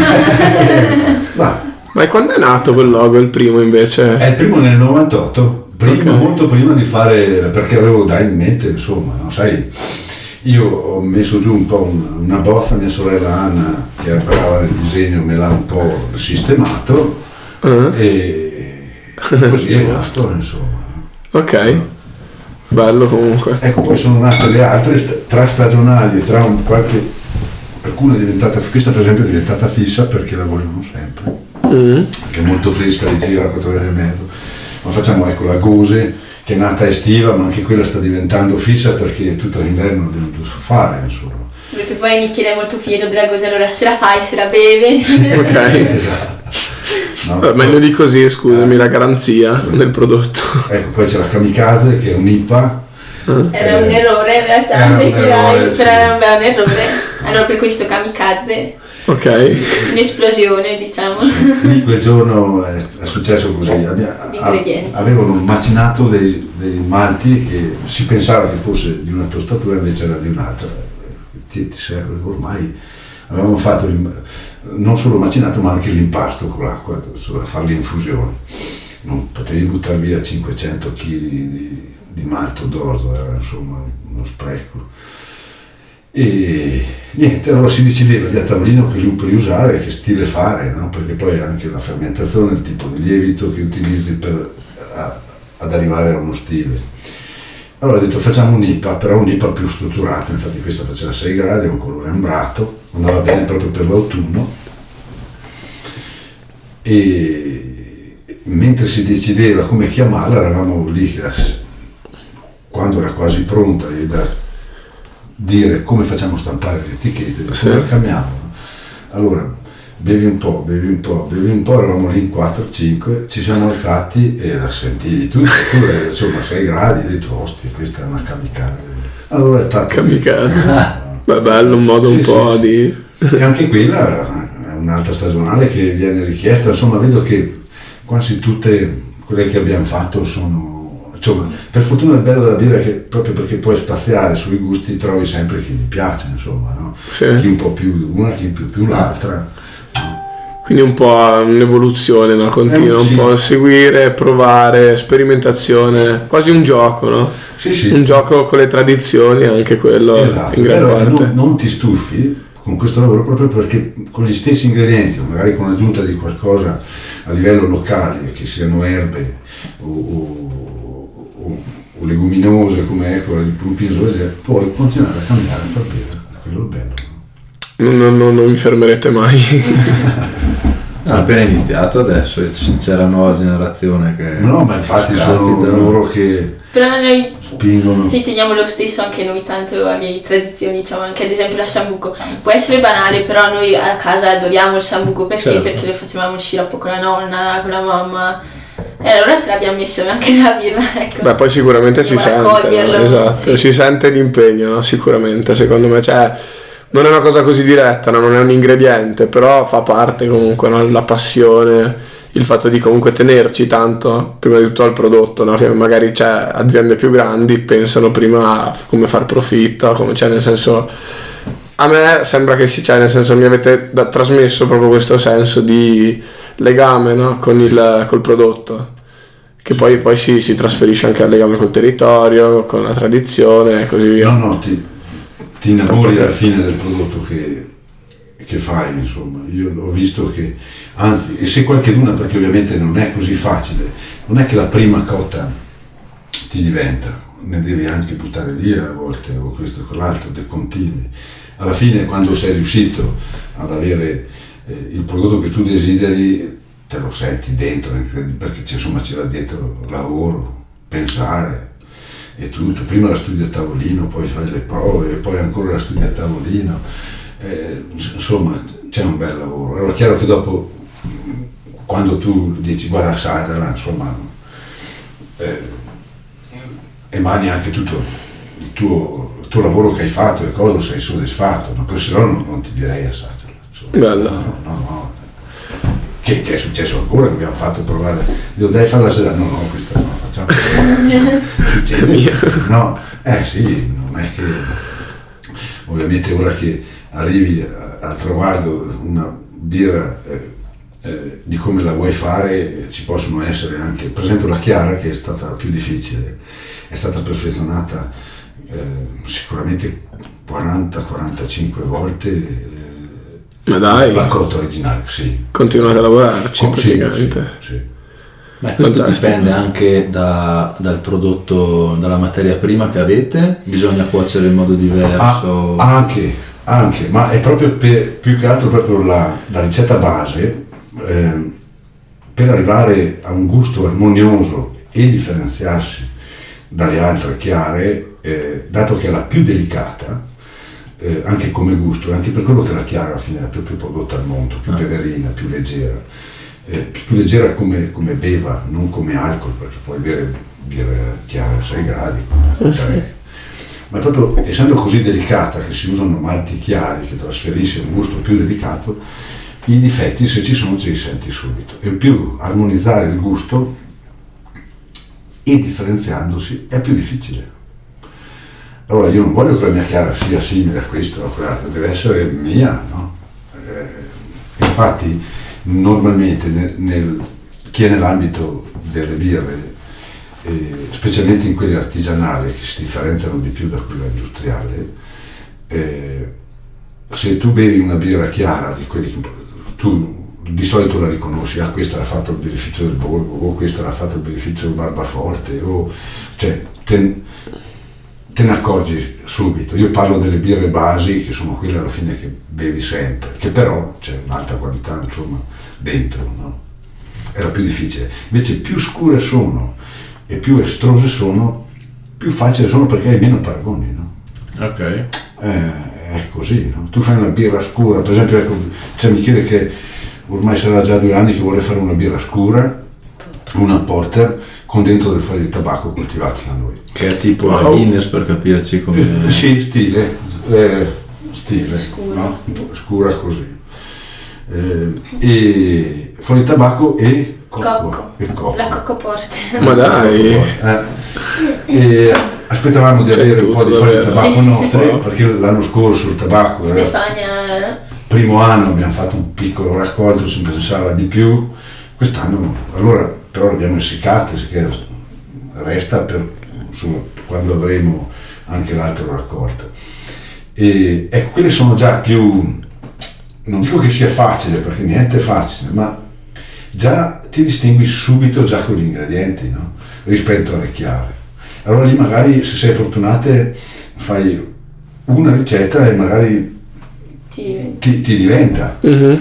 Ma quando è nato quel logo, il primo invece? È il primo nel 98, molto prima di fare, perché avevo già in mente, insomma, no? Sai, io ho messo giù un po' una bozza, mia sorella Anna, che è brava nel disegno, me l'ha un po' sistemato e così è nato, insomma. Ok, bello comunque. Ecco, poi sono nate le altre tra stagionali, alcuna è diventata, questa per esempio è diventata fissa perché la vogliono sempre, perché è molto fresca, leggera, 4 ore e mezzo. Ma facciamo, ecco, la Gose, che è nata estiva, ma anche quella sta diventando fissa perché tutto l'inverno devo fare, insomma. Perché poi Michele è molto fiero della Gose, allora se la fai, se la beve. Ok. Esatto. No, meglio di così, scusami, la garanzia del prodotto. Ecco, poi c'è la Kamikaze, che è un IPA. Era un errore in realtà, era un però sì. era un bel errore. Allora per questo Kamikaze, Ok. un'esplosione, diciamo. Lì quel giorno è successo così, avevano macinato dei malti che si pensava che fosse di una tostatura, invece era di un'altra. Ti serve, ormai avevamo fatto non solo macinato ma anche l'impasto con l'acqua, a fare l'infusione. Non potevi buttare via 500 kg di malto d'orzo, era insomma uno spreco. E niente, allora si decideva di a tavolino che lupo usare, che stile fare, no? Perché poi anche la fermentazione, il tipo di lievito che utilizzi ad arrivare a uno stile. Allora ho detto facciamo un IPA, però un IPA più strutturato, infatti questo faceva 6 gradi, un colore ambrato, andava bene proprio per l'autunno. E mentre si decideva come chiamarla, eravamo lì, quando era quasi pronta da dire come facciamo stampare le etichette, come la chiamiamo. Allora bevi un po', eravamo lì in 4-5, ci siamo alzati e la sentivi tu, insomma 6 gradi, ho detto ostia, questa è una Kamikaze. Allora è stato Kamikaze. Beh, bello, un modo di... E anche quella è un'altra stagionale che viene richiesta, insomma vedo che quasi tutte quelle che abbiamo fatto sono, insomma, per fortuna il bello della birra è che proprio perché puoi spaziare sui gusti trovi sempre chi ti piace, insomma, no? Sì. Chi un po' più una, chi più l'altra. Quindi un po' un'evoluzione, no? Continua, un po' a seguire, provare, sperimentazione, quasi un gioco, no? Sì. Un gioco con le tradizioni, anche quello esatto, in gran parte. Non ti stufi con questo lavoro proprio perché con gli stessi ingredienti, o magari con l'aggiunta di qualcosa a livello locale, che siano erbe o leguminose come quella di Prupiso, puoi continuare a cambiare per bere, quello è bello. Non mi fermerete mai. Ha appena iniziato adesso, c'è la nuova generazione che... No, ma infatti sono loro che Però noi spingono. ci teniamo lo stesso anche noi tanto alle tradizioni, diciamo, anche ad esempio la sambuco. Può essere banale, però noi a casa adoriamo il sambuco perché? Certo. Perché lo facevamo il sciroppo con la nonna, con la mamma. E allora ce l'abbiamo messo anche nella birra, ecco. Beh, poi sicuramente si Dobbiamo sente, raccoglierlo, esatto, sì. si sente l'impegno, no? Sicuramente, secondo me, cioè, non è una cosa così diretta, no? Non è un ingrediente, però fa parte comunque, no? La passione, il fatto di comunque tenerci tanto, prima di tutto al prodotto, no? Che magari c'è aziende più grandi, pensano prima a come far profitto, come, cioè, nel senso, a me sembra che cioè, nel senso, mi avete trasmesso proprio questo senso di legame, no? Col prodotto, che poi si trasferisce anche al legame col territorio, con la tradizione e così via. No, ti innamori alla fine del prodotto che fai, insomma. Io ho visto che, anzi, e se qualcheduna, perché ovviamente non è così facile, non è che la prima cotta ti diventa, ne devi anche buttare via a volte, o questo o quell'altro, te continui. Alla fine, quando sei riuscito ad avere il prodotto che tu desideri, te lo senti dentro, perché insomma c'era dietro lavoro, pensare e tutto. Prima la studi a tavolino, poi fai le prove, e poi ancora la studi a tavolino. Insomma, c'è un bel lavoro. Allora è chiaro che dopo, quando tu dici guarda, assaggiala, insomma, emani anche tutto il tuo lavoro che hai fatto e cosa, sei soddisfatto, ma poi se no non ti direi assaggiala. Bello. No. Che è successo ancora, che abbiamo fatto provare, devo dai fare la sera, no, questa no, facciamo succede, no, sì, non è che, ovviamente ora che arrivi al traguardo una birra di come la vuoi fare, ci possono essere anche, per esempio la Chiara, che è stata più difficile, è stata perfezionata sicuramente 40-45 volte. Ma dai, la cotta originale, sì. Continuate a lavorarci praticamente. Sì. Ma questo Fantastico. dipende anche dal prodotto, dalla materia prima che avete? Bisogna cuocere in modo diverso? Anche, ma è proprio più che altro proprio la ricetta base, per arrivare a un gusto armonioso e differenziarsi dalle altre chiare, dato che è la più delicata, anche come gusto, anche per quello che la Chiara alla fine è più prodotta al mondo, più peverina, più leggera, più leggera come beva, non come alcol, perché puoi bere birra chiara a 6 gradi, ma proprio essendo così delicata che si usano malti chiari che trasferisce un gusto più delicato, i difetti, se ci sono, ce li senti subito. E più armonizzare il gusto e differenziandosi è più difficile. Allora io non voglio che la mia Chiara sia simile a questa o a quell'altra, deve essere mia, no? Infatti normalmente chi è nell'ambito delle birre, specialmente in quelle artigianali che si differenziano di più da quella industriale, se tu bevi una birra chiara di quelli che tu di solito la riconosci, questa l'ha fatto il birrificio del Borgo, o questa l'ha fatto il birrificio del Barbaforte, o cioè te ne accorgi subito. Io parlo delle birre basi, che sono quelle alla fine che bevi sempre, che però c'è un'alta qualità, insomma, dentro, no? Era più difficile. Invece più scure sono e più estrose sono, più facili sono, perché hai meno paragoni, no? Ok. È così, no? Tu fai una birra scura, per esempio, ecco, c'è Michele che ormai sarà già 2 anni che vuole fare una birra scura, una porter, con dentro del foglio di tabacco coltivato da noi. Che è tipo la Guinness, per capirci come... Sì, stile, Scura. no? Scura così. E foglio di tabacco e Cocco. E cocco. La Cocco Porter. Ma dai, E aspettavamo di C'è avere un po' tutto di foglie di davvero. tabacco Sì. nostre, perché l'anno scorso il tabacco era Stefania. primo anno, abbiamo fatto un piccolo raccolto, si pensava di più. Quest'anno, allora, però l'abbiamo essiccata, che resta per insomma, quando avremo anche l'altro raccolto. E ecco, quelle sono già più, non dico che sia facile, perché niente è facile, ma già ti distingui subito già con gli ingredienti, no? Rispetto alle chiare. Allora lì magari, se sei fortunate, fai una ricetta e magari ti diventa.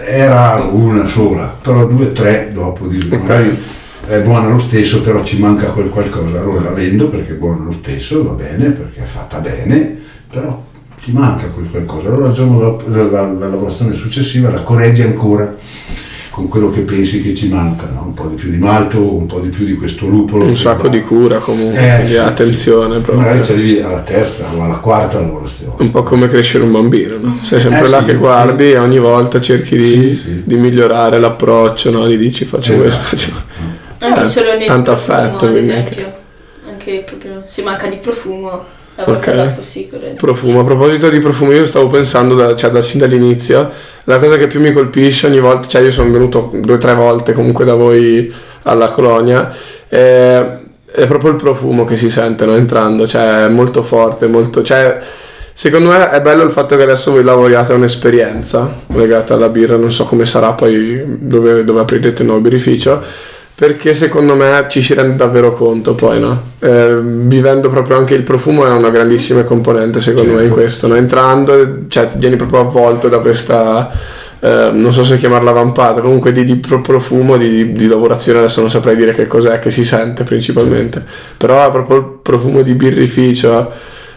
è raro una sola, però 2 o 3 dopo magari è buona lo stesso, però ci manca quel qualcosa, allora la vendo perché è buona lo stesso, va bene, perché è fatta bene, però ti manca quel qualcosa, allora il giorno dopo, la lavorazione successiva la correggi ancora con quello che pensi che ci manca, no? Un po' di più di malto, un po' di più di questo lupolo. Un sacco di cura comunque, quindi attenzione. Proprio. Magari ci arrivi alla terza o alla quarta lavorazione. Un po' come crescere un bambino, no? Sei sempre là che guardi e ogni volta cerchi di migliorare l'approccio, no? Gli dici faccio questo. Cioè. Anche solo nel tanto profumo, affetto, ad esempio. Anche proprio se manca di profumo. La volta dopo si corregge. Profumo, a proposito di profumo, io stavo pensando sin dall'inizio, la cosa che più mi colpisce ogni volta, cioè io sono venuto 2 o 3 volte comunque da voi alla colonia, è proprio il profumo che si sente, no, entrando, cioè è molto forte, cioè secondo me è bello il fatto che adesso voi lavoriate a un'esperienza legata alla birra, non so come sarà poi dove aprirete il nuovo birrificio, perché secondo me ci si rende davvero conto poi, no? Vivendo proprio anche il profumo è una grandissima componente secondo me in questo, no? Entrando, cioè vieni proprio avvolto da questa non so se chiamarla vampata, comunque di profumo, di lavorazione, adesso non saprei dire che cos'è che si sente principalmente, però è proprio il profumo di birrificio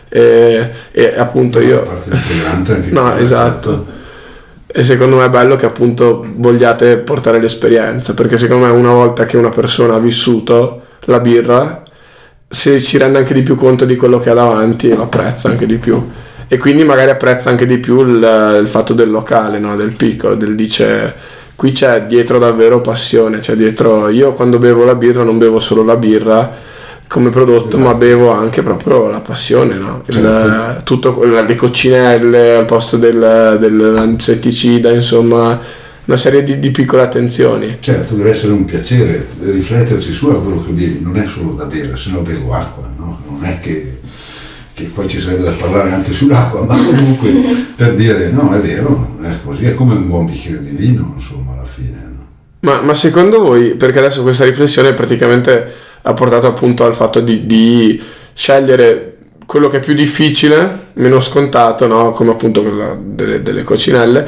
e appunto io parte integrante anche no, esatto. E secondo me è bello che appunto vogliate portare l'esperienza, perché secondo me una volta che una persona ha vissuto la birra, se si rende anche di più conto di quello che ha davanti, lo apprezza anche di più, e quindi magari apprezza anche di più il fatto del locale, no? Del piccolo, del dice qui c'è dietro davvero passione, c'è dietro, io quando bevo la birra non bevo solo la birra come prodotto, ma bevo anche proprio la passione, no? Certo. Tutto le coccinelle al posto dell'insetticida, insomma una serie di piccole attenzioni. Certo, deve essere un piacere rifletterci su a quello che bevi, non è solo da bere, se no bevo acqua, no? Non è che poi ci sarebbe da parlare anche sull'acqua, ma comunque per dire no, è vero, è così, è come un buon bicchiere di vino, insomma, alla fine. No? Ma secondo voi, perché adesso questa riflessione praticamente ha portato appunto al fatto di scegliere quello che è più difficile, meno scontato, no? Come appunto quella delle coccinelle,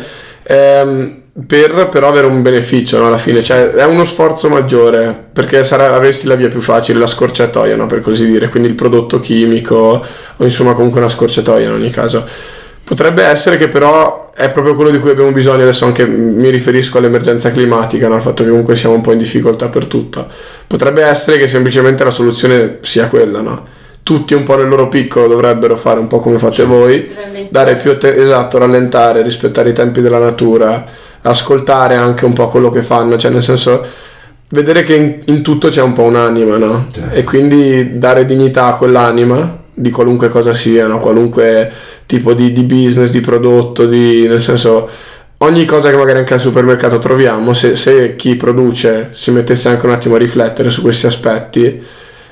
per però avere un beneficio, no? Alla fine, cioè è uno sforzo maggiore, perché avresti la via più facile, la scorciatoia, no? Per così dire, quindi il prodotto chimico o insomma comunque una scorciatoia in ogni caso. Potrebbe essere che però è proprio quello di cui abbiamo bisogno adesso, anche mi riferisco all'emergenza climatica, no? Al fatto che comunque siamo un po' in difficoltà per tutto. Potrebbe essere che semplicemente la soluzione sia quella, no? Tutti un po' nel loro piccolo dovrebbero fare un po' come fate voi, dare più rallentare, rispettare i tempi della natura, ascoltare anche un po' quello che fanno, cioè nel senso vedere che in tutto c'è un po' un'anima, no? E quindi dare dignità a quell'anima di qualunque cosa sia, no? Qualunque tipo di business, di prodotto, nel senso ogni cosa che magari anche al supermercato troviamo, se chi produce si mettesse anche un attimo a riflettere su questi aspetti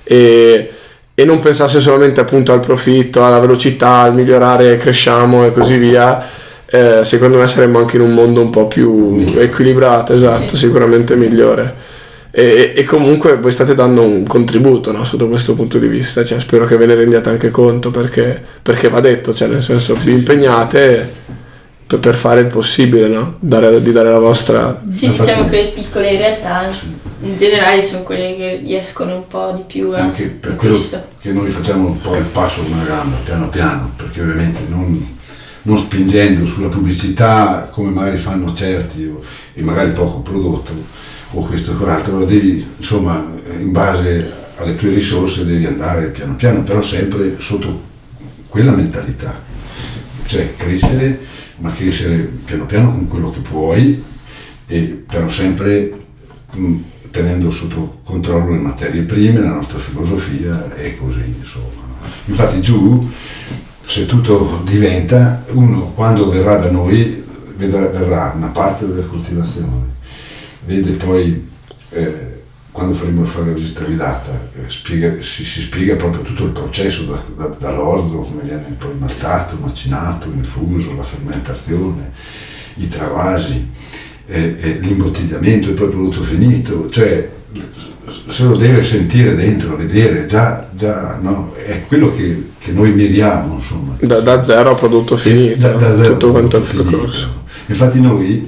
e non pensasse solamente appunto al profitto, alla velocità, al migliorare, cresciamo e così via, secondo me saremmo anche in un mondo un po' più equilibrato, esatto, sì. Sicuramente migliore. E comunque voi state dando un contributo, no, sotto questo punto di vista, cioè spero che ve ne rendiate anche conto, perché va detto, cioè nel senso vi impegnate per fare il possibile, no? Di dare la vostra... Sì, diciamo che le piccole in realtà in generale sono quelle che riescono un po' di più a anche per quello che noi facciamo un po' il passo con una gamba, piano piano, perché ovviamente non spingendo sulla pubblicità come magari fanno certi e magari poco prodotto o questo e quell'altro, devi, insomma, in base alle tue risorse devi andare piano piano, però sempre sotto quella mentalità, cioè crescere, ma crescere piano piano con quello che puoi, e però sempre tenendo sotto controllo le materie prime, la nostra filosofia e così, insomma. Infatti giù, se tutto diventa, uno quando verrà da noi verrà una parte della coltivazione, vede poi quando faremo fare la visita guidata si spiega proprio tutto il processo dall'orzo, come viene poi maltato, macinato, infuso, la fermentazione, i travasi, l'imbottigliamento e poi il prodotto finito, cioè se lo deve sentire dentro, vedere già no? È quello che noi miriamo, insomma, da zero a prodotto finito, da zero tutto quanto il finito. percorso. Infatti noi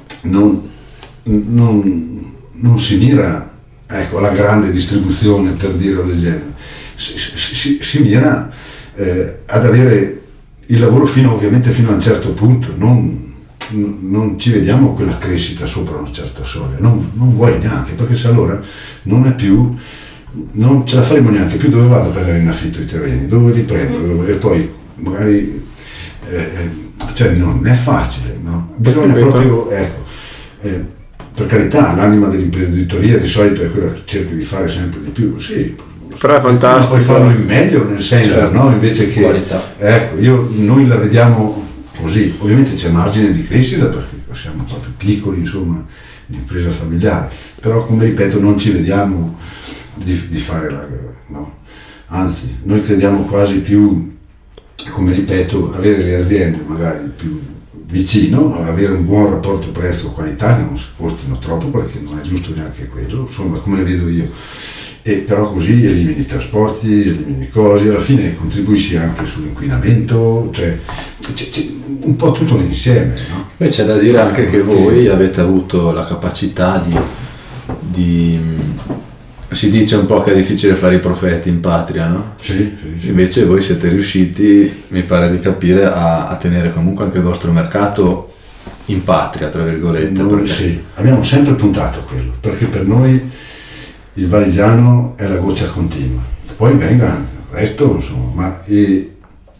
non si mira, ecco, alla grande distribuzione, per dire del genere, si mira ad avere il lavoro ovviamente fino a un certo punto, non ci vediamo quella crescita sopra una certa soglia, non vuoi neanche, perché se allora non ce la faremo neanche più. Dove vado a prendere in affitto i terreni, dove li prendo, e poi magari cioè non è facile, no? Bisogna proprio, ecco, per carità, l'anima dell'imprenditoria di solito è quella che cerchi di fare sempre di più, sì, però è fantastico, puoi farlo in meglio, nel senso, certo, no? Invece che qualità. Ecco, noi la vediamo così. Ovviamente c'è margine di crescita perché siamo proprio piccoli, insomma, di impresa familiare, però, come ripeto, non ci vediamo di fare no? Anzi, noi crediamo quasi più, come ripeto, avere le aziende magari più vicino, avere un buon rapporto prezzo-qualità, che non si costino troppo, perché non è giusto neanche quello, insomma, come le vedo io. E però così elimini i trasporti, elimini cose, alla fine contribuisci anche sull'inquinamento, cioè c'è un po' tutto l'insieme, no? Poi c'è da dire anche che voi avete avuto la capacità di si dice un po' che è difficile fare i profeti in patria, no? Sì. Invece voi siete riusciti, mi pare di capire, a tenere comunque anche il vostro mercato in patria, tra virgolette. Noi, sì, abbiamo sempre puntato a quello, perché per noi il Valligiano è la goccia continua, poi venga il resto, insomma, e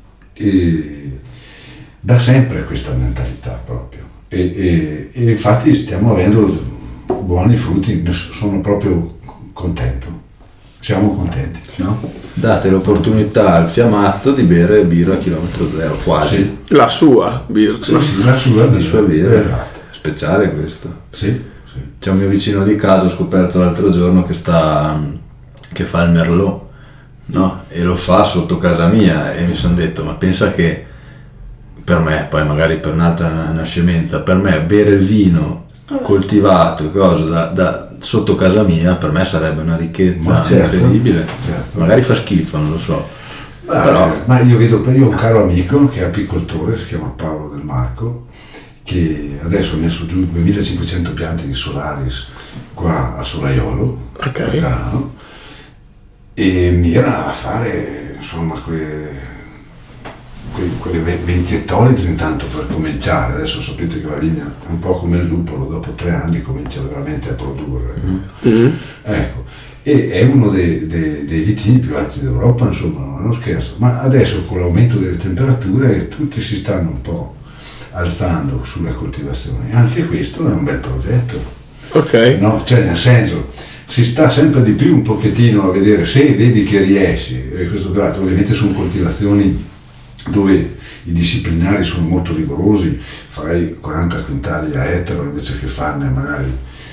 da sempre questa mentalità proprio, e infatti stiamo avendo buoni frutti, sono proprio contento, siamo contenti, no? Date l'opportunità al Fiamazzo di bere birra a chilometro zero, quasi. Sì. La sua birra, sì, la sua birra. Esatto. Speciale questo. Sì. C'è un mio vicino di casa, ho scoperto l'altro giorno che fa il Merlot, no? E lo fa sotto casa mia, e mi sono detto, ma pensa che per me, poi magari per un'altra scemenza, per me bere il vino coltivato da sotto casa mia, per me sarebbe una ricchezza incredibile. Certo. Magari fa schifo, non lo so. Però ma io ho un caro amico che è apicoltore, si chiama Paolo Del Marco, che adesso ha messo giù 2500 piante di Solaris qua a Solaiolo, a Carano, e mira a fare, insomma, quelle 20 ettolitri intanto per cominciare. Adesso sapete che la vigna è un po' come il lupolo, dopo 3 anni comincia veramente a produrre. Ecco, e è uno dei vitigni più alti d'Europa, insomma, non è uno scherzo. Ma adesso, con l'aumento delle temperature, tutti si stanno un po' alzando sulla coltivazione. Anche questo è un bel progetto, ok, no? Cioè, nel senso, si sta sempre di più un pochettino a vedere se vedi che riesci, e questo grato, ovviamente sono coltivazioni dove i disciplinari sono molto rigorosi, farei 40 quintali a ettaro invece che farne magari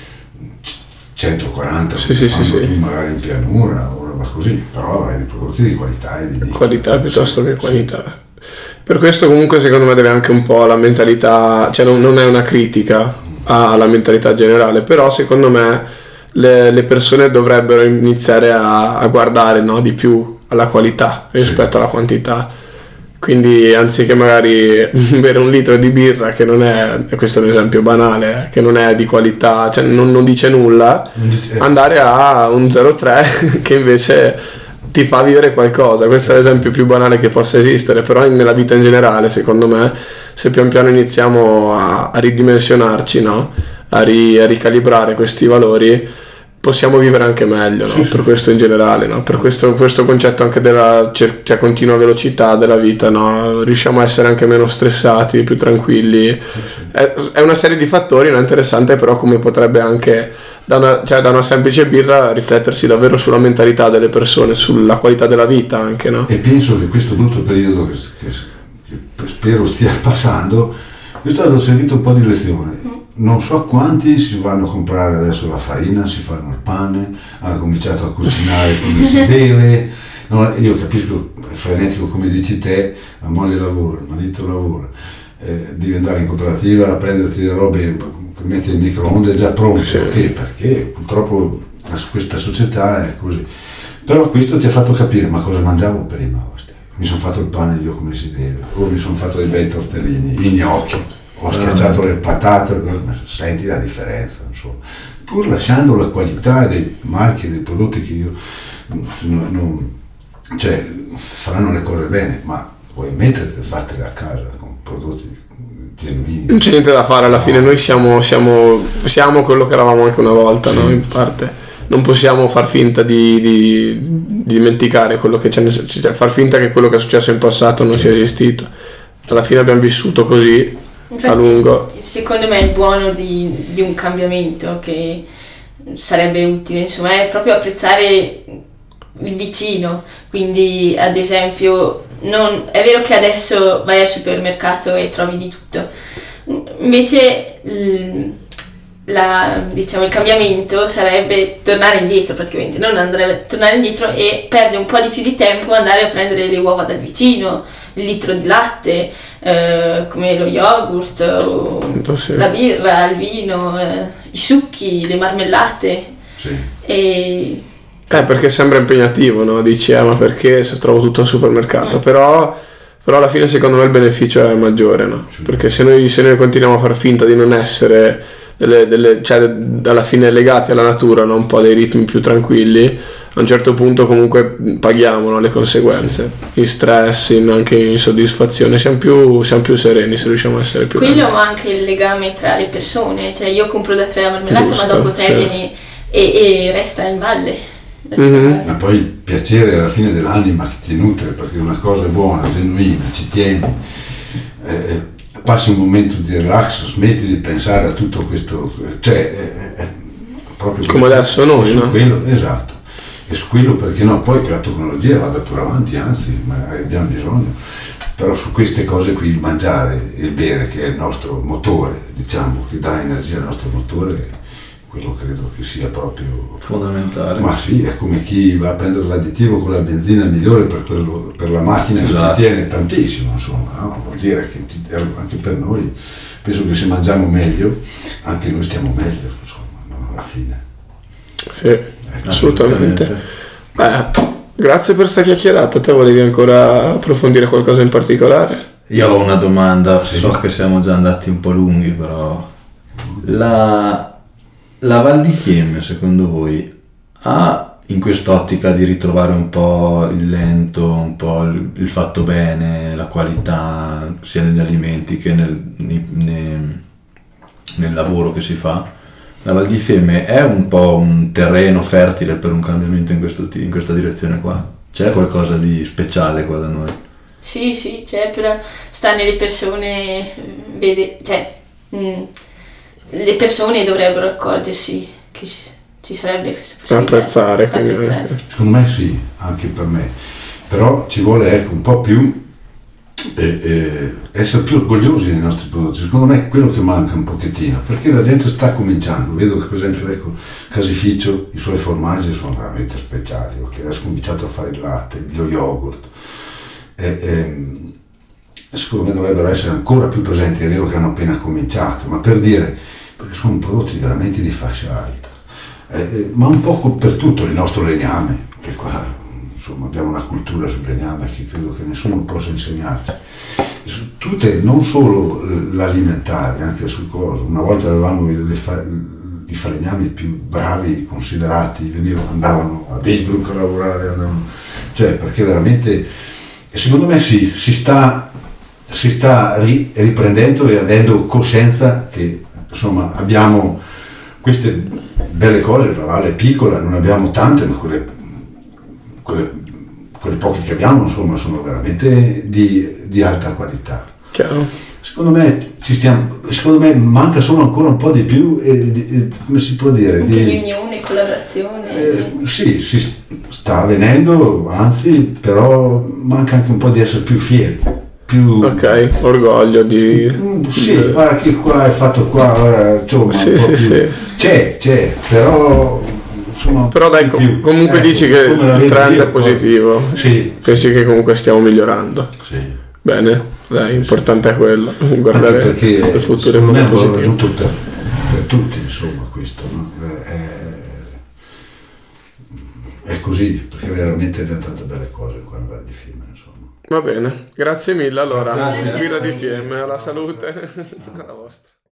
140, giù magari in pianura o roba così, però avrai dei prodotti di qualità e di qualità piuttosto che quantità. Per questo comunque secondo me deve anche un po' la mentalità, cioè non è una critica alla mentalità generale, però secondo me le persone dovrebbero iniziare a guardare, no, di più alla qualità rispetto alla quantità. Quindi anziché magari bere un litro di birra che non è, questo è un esempio banale, che non è di qualità, cioè non dice nulla, andare a un 0,3 che invece ti fa vivere qualcosa. Questo è l'esempio più banale che possa esistere, però nella vita in generale, secondo me, se pian piano iniziamo a ridimensionarci, no? a ricalibrare questi valori, possiamo vivere anche meglio, no? Per questo in generale, no? Per questo concetto anche della continua velocità della vita, no? Riusciamo a essere anche meno stressati, più tranquilli. È una serie di fattori, no? Interessante, però come potrebbe anche da una semplice birra riflettersi davvero sulla mentalità delle persone, sulla qualità della vita anche, no? E penso che questo brutto periodo che spero stia passando, questo ha servito un po' di lezione. Non so quanti si vanno a comprare adesso la farina, si fanno il pane, hanno cominciato a cucinare come si deve. No, io capisco, è frenetico come dici te, la moglie lavora, il marito lavora, devi andare in cooperativa a prenderti le robe, metti il microonde già pronto, perché purtroppo questa società è così. Però questo ti ha fatto capire, ma cosa mangiavo prima? Mi sono fatto il pane io come si deve, o mi sono fatto dei bei tortellini, i gnocchi. ho schiacciato le patate, ma senti la differenza, insomma, pur lasciando la qualità dei marchi, dei prodotti che io cioè faranno le cose bene, ma vuoi metterti e fartele a casa con prodotti genuini. Non c'è niente da fare, alla fine noi siamo quello che eravamo anche una volta, sì. No? In parte non possiamo far finta di dimenticare quello che c'è, cioè far finta che quello che è successo in passato non sia esistito. Alla fine abbiamo vissuto così. Infatti, a lungo. Secondo me il buono di un cambiamento che sarebbe utile, insomma, è proprio apprezzare il vicino. Quindi, ad esempio, è vero che adesso vai al supermercato e trovi di tutto, invece diciamo, il cambiamento sarebbe tornare indietro, praticamente non tornare indietro e perdere un po' di più di tempo, andare a prendere le uova dal vicino, il litro di latte, come lo yogurt, o sì. La birra, il vino, i succhi, le marmellate. Sì. E Perché sembra impegnativo, no? Dici, ma perché se trovo tutto al supermercato? Però alla fine secondo me il beneficio è maggiore, no? Sì. Perché se noi continuiamo a far finta di non essere cioè alla fine legati alla natura, no? Un po' dei ritmi più tranquilli, a un certo punto comunque paghiamo, no? Le conseguenze, in stress, anche in soddisfazione, siamo più sereni se riusciamo a essere più quello, lenti. ma anche il legame tra le persone, cioè io compro da te la marmellata, Giusto, ma dopo te sì. vieni e resta in valle. Mhm. Ma poi il piacere alla fine dell'anima che ti nutre, perché una cosa è buona, genuina, ci tieni, passi un momento di relax, smetti di pensare a tutto questo, cioè è proprio Come adesso noi, su no? quello, esatto, e su quello perché no, poi che la tecnologia vada pure avanti, anzi magari abbiamo bisogno, però su queste cose qui, il mangiare e il bere, che è il nostro motore, diciamo, che dà energia al nostro motore, quello credo che sia proprio fondamentale. Ma sì, è come chi va a prendere l'additivo con la benzina migliore per la macchina, esatto. Che ci tiene tantissimo, insomma, no? Vuol dire che anche per noi, penso che se mangiamo meglio, anche noi stiamo meglio, insomma, no? Alla fine. Sì, assolutamente. Grazie per sta chiacchierata. Te volevi ancora approfondire qualcosa in particolare? Io ho una domanda, so che siamo già andati un po' lunghi, però la Val di Fiemme, secondo voi, ha in quest'ottica di ritrovare un po' il lento, un po' il fatto bene, la qualità sia negli alimenti che nel lavoro che si fa? La Val di Fiemme è un po' un terreno fertile per un cambiamento in questa direzione qua? C'è qualcosa di speciale qua da noi? Sì, c'è, però sta nelle persone, le persone dovrebbero accorgersi che ci sarebbe questa possibilità. Apprezzare. Quindi. Secondo me sì, anche per me, però ci vuole un po' più essere più orgogliosi dei nostri prodotti. Secondo me è quello che manca un pochettino, perché la gente sta cominciando, vedo che per esempio Caseificio, i suoi formaggi sono veramente speciali, okay? Ha cominciato a fare il latte, lo yogurt, secondo me dovrebbero essere ancora più presenti. È vero che hanno appena cominciato, ma per dire, perché sono prodotti veramente di fascia alta, ma un po' per tutto il nostro legname, che qua insomma abbiamo una cultura sul legname che credo che nessuno possa insegnarci, tutte, non solo l'alimentare, anche sul coso. Una volta avevamo i falegnami più bravi, considerati, andavano ad Innsbruck a lavorare, cioè perché veramente, secondo me sì, si sta riprendendo e avendo coscienza che insomma abbiamo queste belle cose. La valle è piccola, non abbiamo tante, ma quelle poche che abbiamo insomma sono veramente di alta qualità. Chiaro. Secondo me manca solo ancora un po' di più, come si può dire? Anche di unione, collaborazione. Sì, si sta avvenendo, anzi, però manca anche un po' di essere più fieri. Ok, orgoglio di... Sì, guarda che qua è fatto qua, ora insomma, sì. C'è, però insomma, Però dai, comunque dici che il trend è positivo. Sì. Pensi che comunque stiamo migliorando. Sì. Bene, dai, l'importante è quello, guardare perché il futuro in secondo me modo è positivo. raggiunto per tutti, insomma, questo, no? È così, perché veramente abbiamo tante belle cose qua in Val di Fiemme, insomma. Va bene, grazie mille allora. Grazie. Birra di Fiemme, alla salute. Alla vostra.